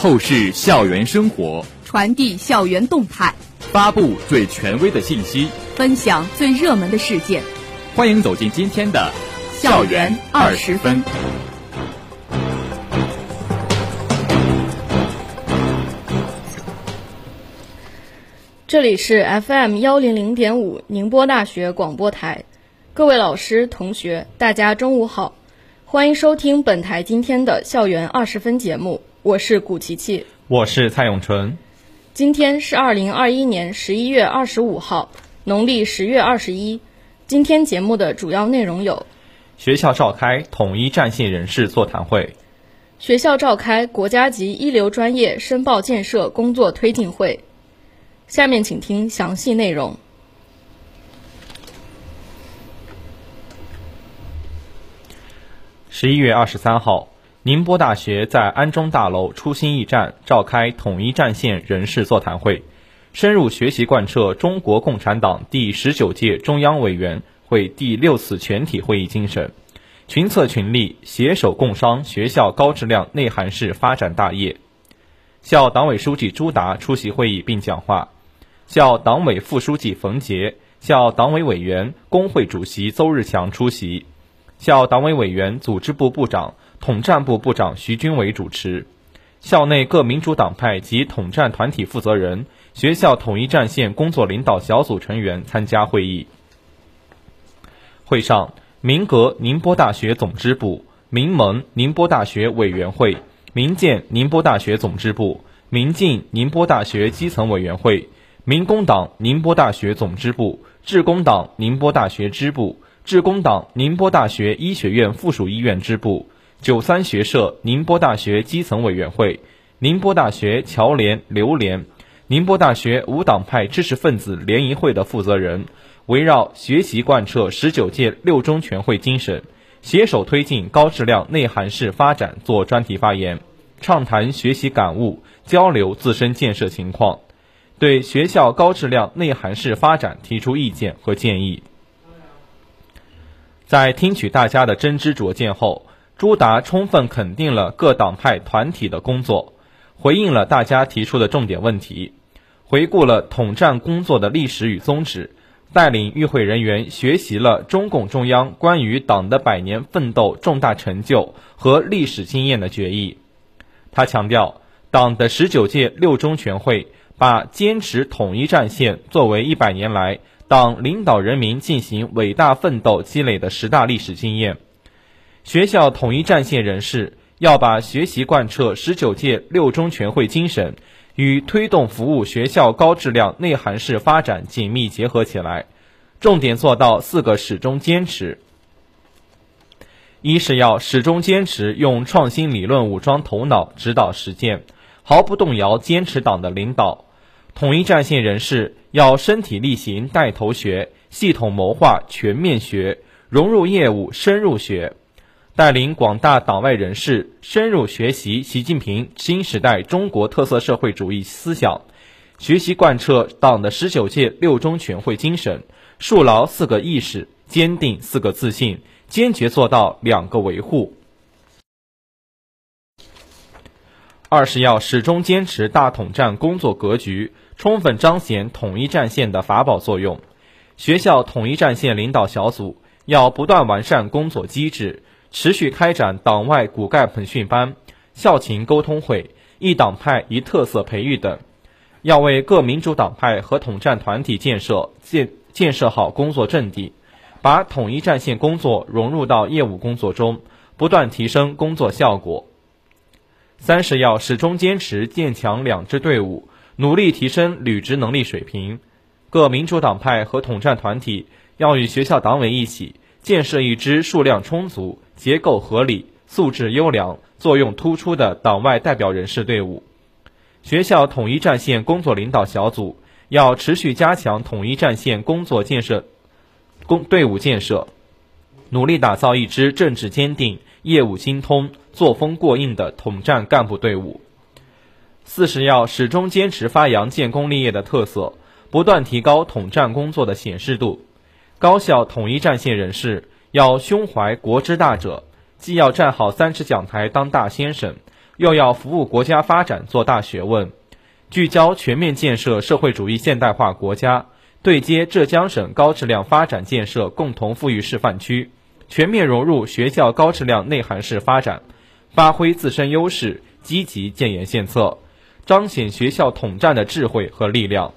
透视校园生活， 传递校园动态， 发布最权威的信息， 分享最热门的事件。 欢迎走进今天的校园20分。 这里是 FM100.5 宁波大学广播台，各位老师、同学，大家中午好，欢迎收听本台今天的校园20分节目，我是古琪琪， 我是蔡永纯。 今天是2021年11月25号，农历10月21。今天节目的主要内容有： 学校召开统一战线人士座谈会， 学校召开国家级一流专业申报建设工作推进会。下面请听详细内容。 11月23号，宁波大学在安中大楼初心驿站召开统一战线人士座谈会，深入学习贯彻中国共产党第19届中央委员会第6次全体会议精神，群策群力，携手共商学校高质量内涵式发展大业。校党委书记朱达出席会议并讲话，校党委副书记冯杰、校党委委员、工会主席邹日强出席，校党委委员、组织部部长、统战部部长徐军伟主持，校内各民主党派及统战团体负责人、学校统一战线工作领导小组成员参加会议。会上，民革宁波大学总支部、民盟宁波大学委员会、民建宁波大学总支部、民进宁波大学基层委员会、民工党宁波大学总支部、致公党宁波大学支部、致公党宁波大学医学院附属医院支部、93学社宁波大学基层委员会、宁波大学侨联、留联、宁波大学无党派知识分子联谊会的负责人，围绕学习贯彻19届6中全会精神，携手推进高质量内涵式发展做专题发言，畅谈学习感悟，交流自身建设情况，对学校高质量内涵式发展提出意见和建议。在听取大家的真知灼见后，朱达充分肯定了各党派团体的工作，回应了大家提出的重点问题，回顾了统战工作的历史与宗旨，带领与会人员学习了中共中央关于党的100年奋斗重大成就和历史经验的决议。他强调，党的19届6中全会把坚持统一战线作为100年来党领导人民进行伟大奋斗积累的10大历史经验。学校统一战线人士要把学习贯彻19届6中全会精神与推动服务学校高质量内涵式发展紧密结合起来，重点做到4个始终坚持。一是要始终坚持用创新理论武装头脑指导实践，毫不动摇坚持党的领导。统一战线人士要身体力行带头学，系统谋划全面学，融入业务深入学，带领广大党外人士深入学习习近平新时代中国特色社会主义思想，学习贯彻党的19届6中全会精神，树牢4个意识，坚定4个自信，坚决做到2个维护。二是要始终坚持大统战工作格局，充分彰显统一战线的法宝作用。学校统一战线领导小组要不断完善工作机制，持续开展党外骨干培训班、校情沟通会、一党派一特色培育等，要为各民主党派和统战团体建设好工作阵地，把统一战线工作融入到业务工作中，不断提升工作效果。三是要始终坚持建强两支队伍，努力提升履职能力水平。各民主党派和统战团体要与学校党委一起建设一支数量充足、结构合理、素质优良、作用突出的党外代表人士队伍。学校统一战线工作领导小组要持续加强统一战线工作队伍建设，努力打造一支政治坚定、业务精通、作风过硬的统战干部队伍。四是要始终坚持发扬建功立业的特色，不断提高统战工作的显示度。高校统一战线人士要胸怀国之大者，既要站好3尺讲台当大先生， 又要服务国家发展做大学问，聚焦全面建设社会主义现代化国家，对接浙江省高质量发展建设共同富裕示范区，全面融入学校高质量内涵式发展，发挥自身优势，积极建言献策，彰显学校统战的智慧和力量。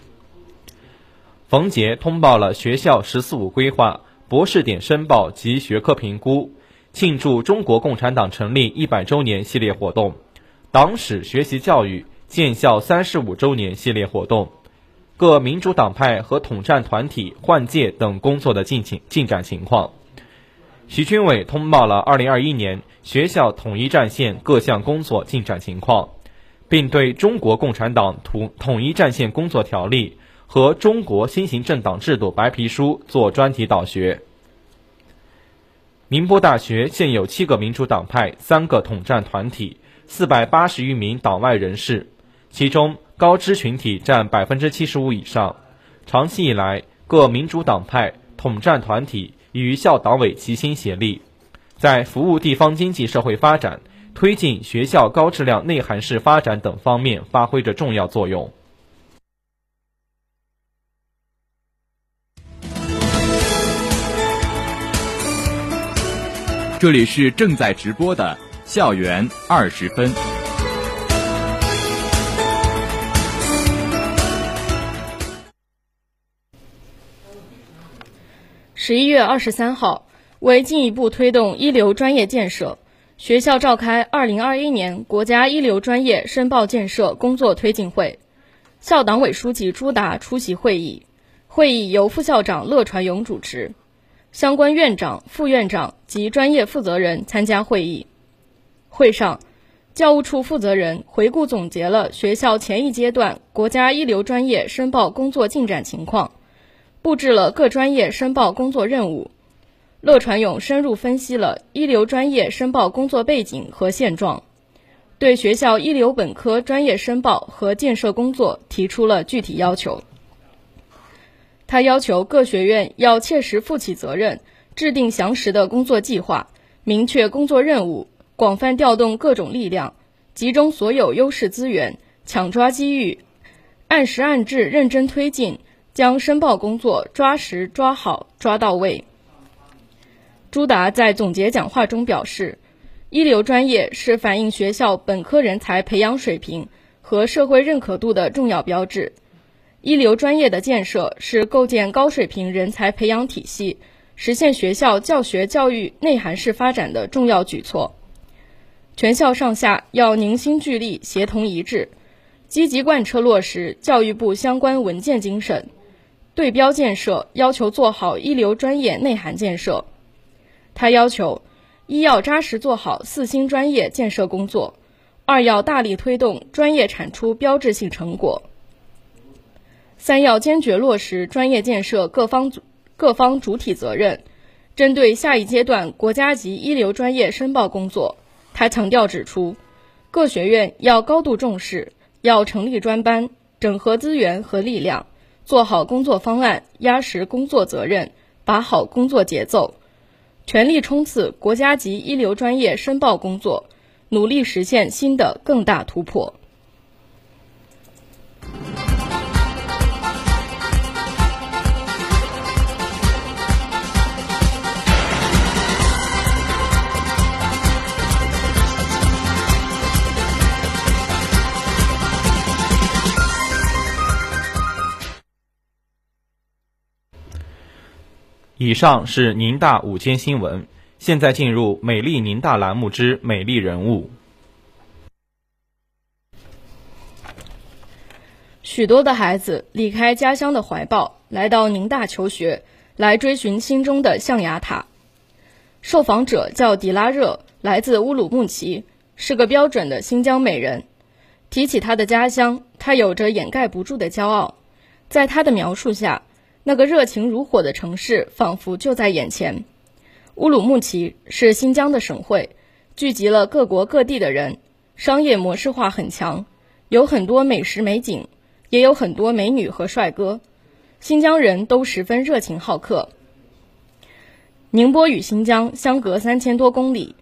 冯杰通报了学校“14·5”规划、博士点申报及学科评估，庆祝中国共产党成立100周年系列活动，党史学习教育建校35周年系列活动，各民主党派和统战团体换届等工作的进展情况。徐军伟通报了2021年学校统一战线各项工作进展情况，并对中国共产党统一战线工作条例和中国新型政党制度白皮书做专题导学。宁波大学现有7个民主党派、3个统战团体、480余名党外人士，其中高知群体占75%以上。长期以来，各民主党派、统战团体与校党委齐心协力，在服务地方经济社会发展、推进学校高质量内涵式发展等方面发挥着重要作用。 这里是正在直播的校园20分。 11月23号，为进一步推动一流专业建设，学校召开2021年国家一流专业申报建设工作推进会。校党委书记朱达出席会议，会议由副校长乐传勇主持。相关院长、副院长及专业负责人参加会议。会上，教务处负责人回顾总结了学校前一阶段国家一流专业申报工作进展情况，布置了各专业申报工作任务。乐传勇深入分析了一流专业申报工作背景和现状，对学校一流本科专业申报和建设工作提出了具体要求。他要求各学院要切实负起责任，制定详实的工作计划，明确工作任务，广泛调动各种力量，集中所有优势资源，抢抓机遇，按时按质认真推进，将申报工作抓实、抓好、抓到位。朱达在总结讲话中表示，一流专业是反映学校本科人才培养水平和社会认可度的重要标志。一流专业的建设是构建高水平人才培养体系，实现学校教学教育内涵式发展的重要举措。全校上下要凝心聚力，协同一致，积极贯彻落实教育部相关文件精神，对标建设要求做好一流专业内涵建设。他要求，一要扎实做好4新专业建设工作，2要大力推动专业产出标志性成果，3要坚决落实专业建设各方主体责任。针对下一阶段国家级一流专业申报工作，他强调指出，各学院要高度重视，要成立专班，整合资源和力量，做好工作方案，压实工作责任，把好工作节奏，全力冲刺国家级一流专业申报工作，努力实现新的更大突破。 以上是宁大午间新闻，现在进入美丽宁大栏目之美丽人物。 许多的孩子离开家乡的怀抱，来到宁大求学，来追寻心中的象牙塔。受访者叫迪拉热，来自乌鲁木齐，是个标准的新疆美人。提起她的家乡，她有着掩盖不住的骄傲。在她的描述下，那个热情如火的城市仿佛就在眼前。乌鲁木齐是新疆的省会，聚集了各国各地的人，商业模式化很强，有很多美食美景，也有很多美女和帅哥。新疆人都十分热情好客。宁波与新疆相隔3000多公里，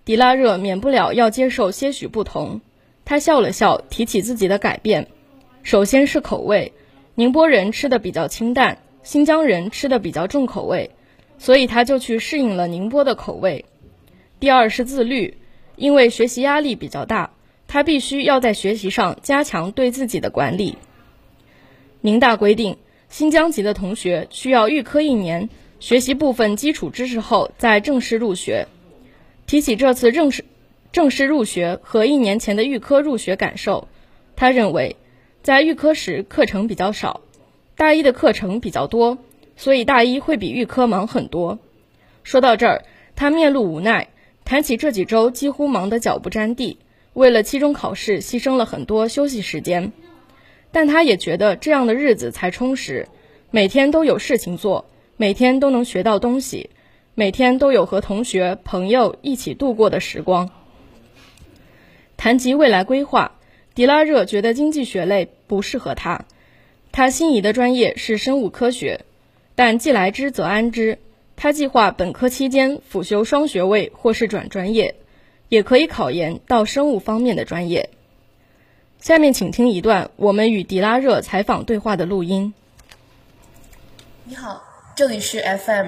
狄拉热免不了要接受些许不同。他笑了笑，提起自己的改变。首先是口味，宁波人吃的比较清淡，新疆人吃的比较重口味，所以他就去适应了宁波的口味。第二是自律，因为学习压力比较大，他必须要在学习上加强对自己的管理。宁大规定，新疆籍的同学需要预科1年，学习部分基础知识后再正式入学。提起这次正式入学和1年前的预科入学感受，他认为在预科时课程比较少，大一的课程比较多，所以大一会比预科忙很多。说到这儿，他面露无奈，谈起这几周几乎忙得脚不沾地，为了期中考试牺牲了很多休息时间。但他也觉得这样的日子才充实，每天都有事情做，每天都能学到东西，每天都有和同学朋友一起度过的时光。谈及未来规划，狄拉热觉得经济学类不适合他，他心仪的专业是生物科学，但既来之则安之，他计划本科期间辅修双学位或是转专业，也可以考研到生物方面的专业。下面请听一段我们与狄拉热采访对话的录音。 你好，这里是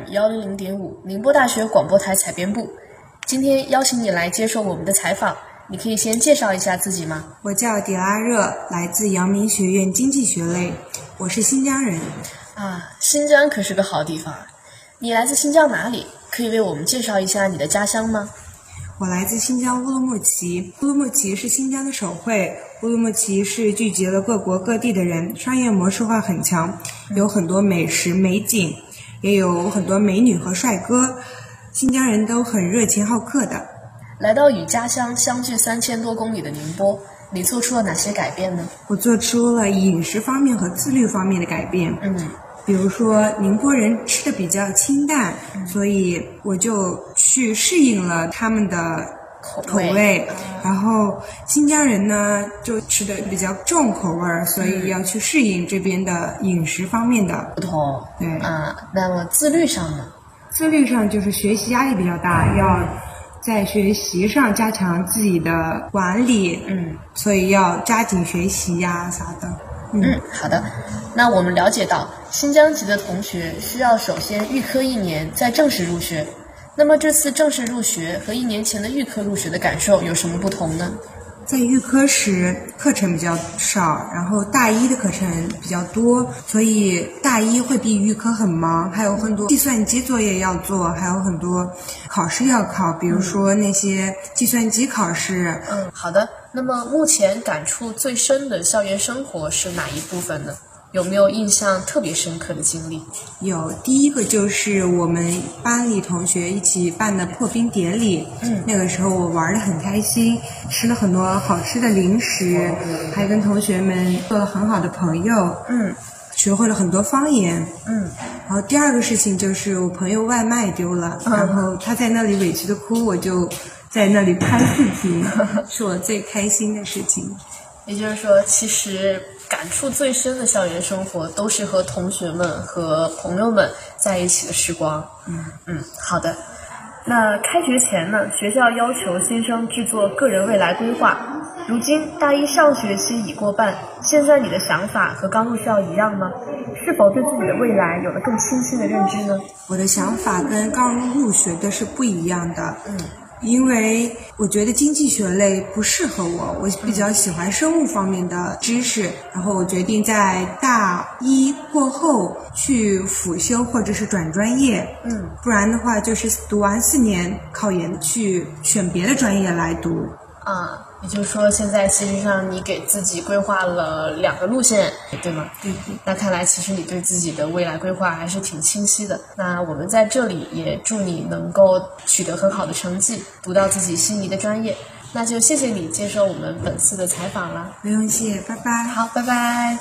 FM100.5 宁波大学广播台采编部，今天邀请你来接受我们的采访，你可以先介绍一下自己吗？ 我叫狄拉热，来自阳明学院经济学类，我是新疆人。 新疆可是个好地方。你来自新疆哪里？可以为我们介绍一下你的家乡吗？ 我来自新疆乌鲁木齐，乌鲁木齐是新疆的首会，乌鲁木齐是聚集了各国各地的人，商业模式化很强，有很多美食美景，也有很多美女和帅哥，新疆人都很热情好客的。 来到与家乡相距3000多公里的宁波，你做出了哪些改变呢？ 我做出了饮食方面和自律方面的改变。比如说宁波人吃的比较清淡，所以我就去适应了他们的口味。然后新疆人呢就吃的比较重口味，所以要去适应这边的饮食方面的不同。 对那么自律上呢？ 自律上就是学习压力比较大，要在学习上加强自己的管理，所以要加紧学习呀啥的。 好的。那我们了解到，新疆籍的同学需要首先预科1年，再正式入学。那么这次正式入学和1年前的预科入学的感受有什么不同呢？ 在预科时课程比较少，然后大一的课程比较多，所以大一会比预科很忙，还有很多计算机作业要做，还有很多考试要考，比如说那些计算机考试。 好的。那么目前感触最深的校园生活是哪一部分呢？有没有印象特别深刻的经历？ 有，第一个就是我们班里同学一起办的破冰典礼。那个时候我玩得很开心，吃了很多好吃的零食，还跟同学们做了很好的朋友。学会了很多方言。然后第二个事情就是我朋友外卖丢了，然后他在那里委屈的哭，我就在那里拍视频，是我最开心的事情。 也就是说，其实感触最深的校园生活都是和同学们和朋友们在一起的时光。好的。那开学前呢，学校要求新生制作个人未来规划。如今大一上学期已过半，现在你的想法和刚入校一样吗？是否对自己的未来有了更清晰的认知呢？ 我的想法跟刚入学的是不一样的。因为我觉得经济学类不适合我，我比较喜欢生物方面的知识，然后我决定在大一过后去辅修或者是转专业。不然的话就是读完4年考研去选别的专业来读。 也就是说现在其实上你给自己规划了2个路线，对吗？ 对。 那看来其实你对自己的未来规划还是挺清晰的。那我们在这里也祝你能够取得很好的成绩，读到自己心仪的专业。那就谢谢你接受我们本次的采访了。 不用谢，拜拜。 好，拜拜。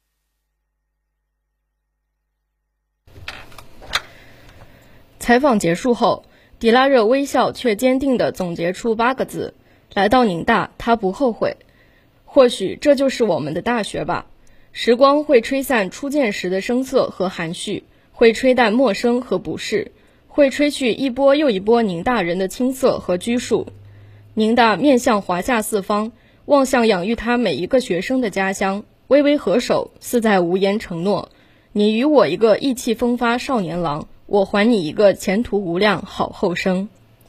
采访结束后，狄拉热微笑却坚定地总结出8个字：来到宁大，他不后悔。或许这就是我们的大学吧。时光会吹散初见时的生涩和含蓄，会吹淡陌生和不适，会吹去一波又一波宁大人的青涩和拘束。 宁大面向华夏四方，望向养育他每一个学生的家乡，微微合手，似在无言承诺：你与我一个意气风发少年郎，我还你一个前途无量好后生。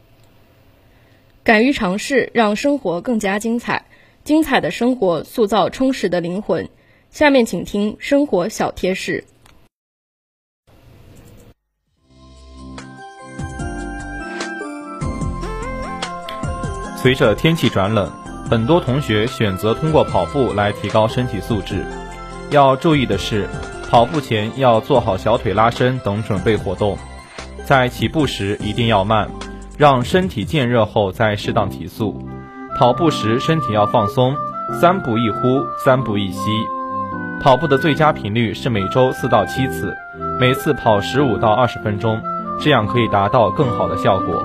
敢于尝试，让生活更加精彩，精彩的生活塑造充实的灵魂。下面请听生活小贴士。 随着天气转冷，很多同学选择通过跑步来提高身体素质。要注意的是，跑步前要做好小腿拉伸等准备活动，在起步时一定要慢，让身体渐热后再适当提速。跑步时身体要放松，3步一呼，3步一吸。跑步的最佳频率是每周4到7次，每次跑15到20分钟，这样可以达到更好的效果。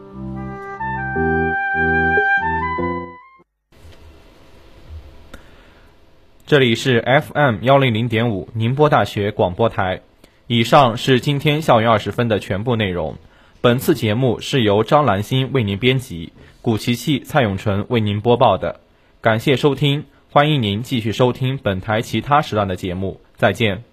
这里是 FM100.5 宁波大学广播台。以上是今天校园20分的全部内容。本次节目是由张兰心为您编辑，古琪琪、蔡永纯为您播报的。感谢收听，欢迎您继续收听本台其他时段的节目。再见。